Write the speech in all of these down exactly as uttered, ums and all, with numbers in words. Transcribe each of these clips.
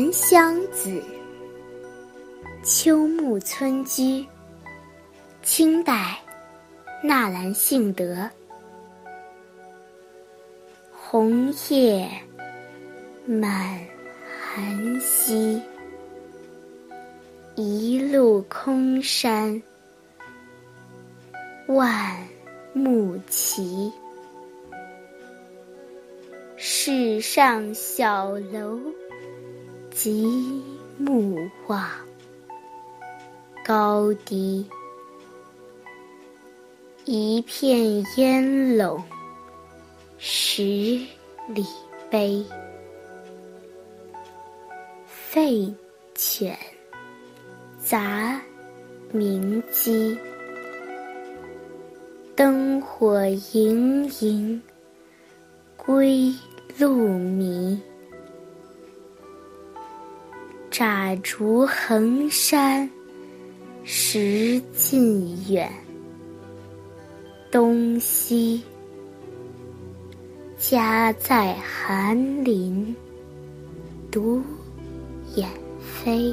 南乡子，秋暮村居，清代，纳兰性德。红叶满寒溪，一路空山万木齐。世上小楼极目望，高低一片烟笼十里碑。废犬杂鸣鸡，灯火盈盈归路迷。乍逐横山时近远，东西家在寒林独眼飞。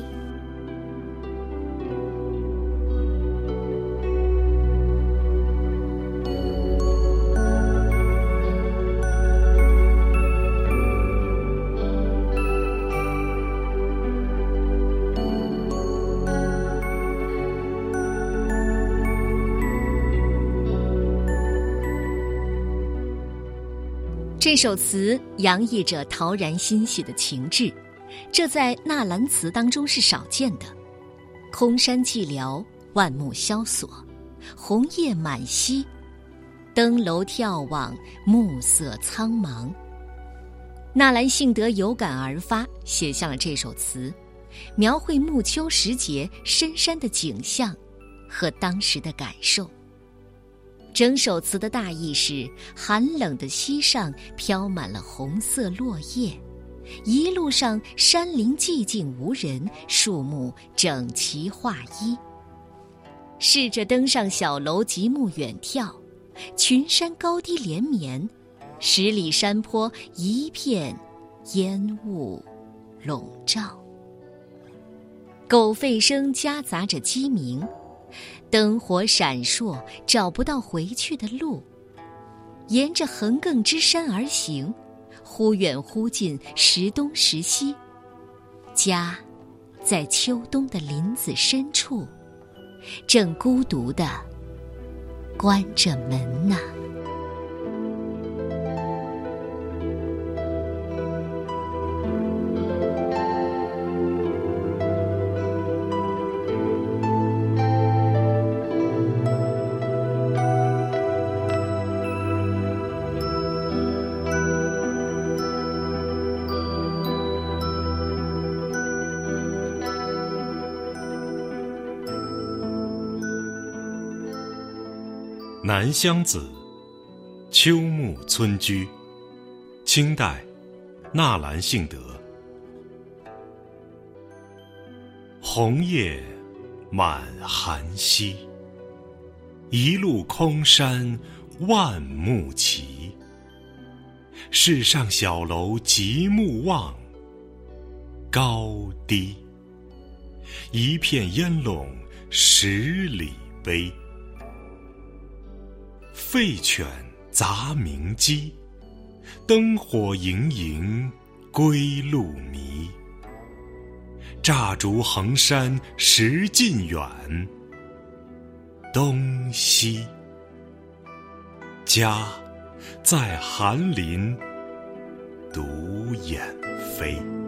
这首词洋溢着陶然欣喜的情致，这在纳兰词当中是少见的。空山寂寥，万木萧索，红叶满溪，登楼眺望，暮色苍茫。纳兰性德有感而发，写下了这首词，描绘暮秋时节深山的景象和当时的感受。整首词的大意是，寒冷的溪上飘满了红色落叶，一路上山林寂静无人，树木整齐划一。试着登上小楼极目远眺，群山高低连绵，十里山坡一片烟雾笼罩。狗吠声夹杂着鸡鸣，灯火闪烁，找不到回去的路。沿着横亘之山而行，忽远忽近，时东时西。家在秋冬的林子深处，正孤独地关着门呢。 南乡子，秋暮村居，清代，纳兰性德。红叶满寒溪，一路空山万木齐。世上小楼极目望，高低一片烟笼十里碑。废犬杂鸣鸡，灯火盈盈归路迷。乍逐横山时近远，东西家在寒林独眼飞。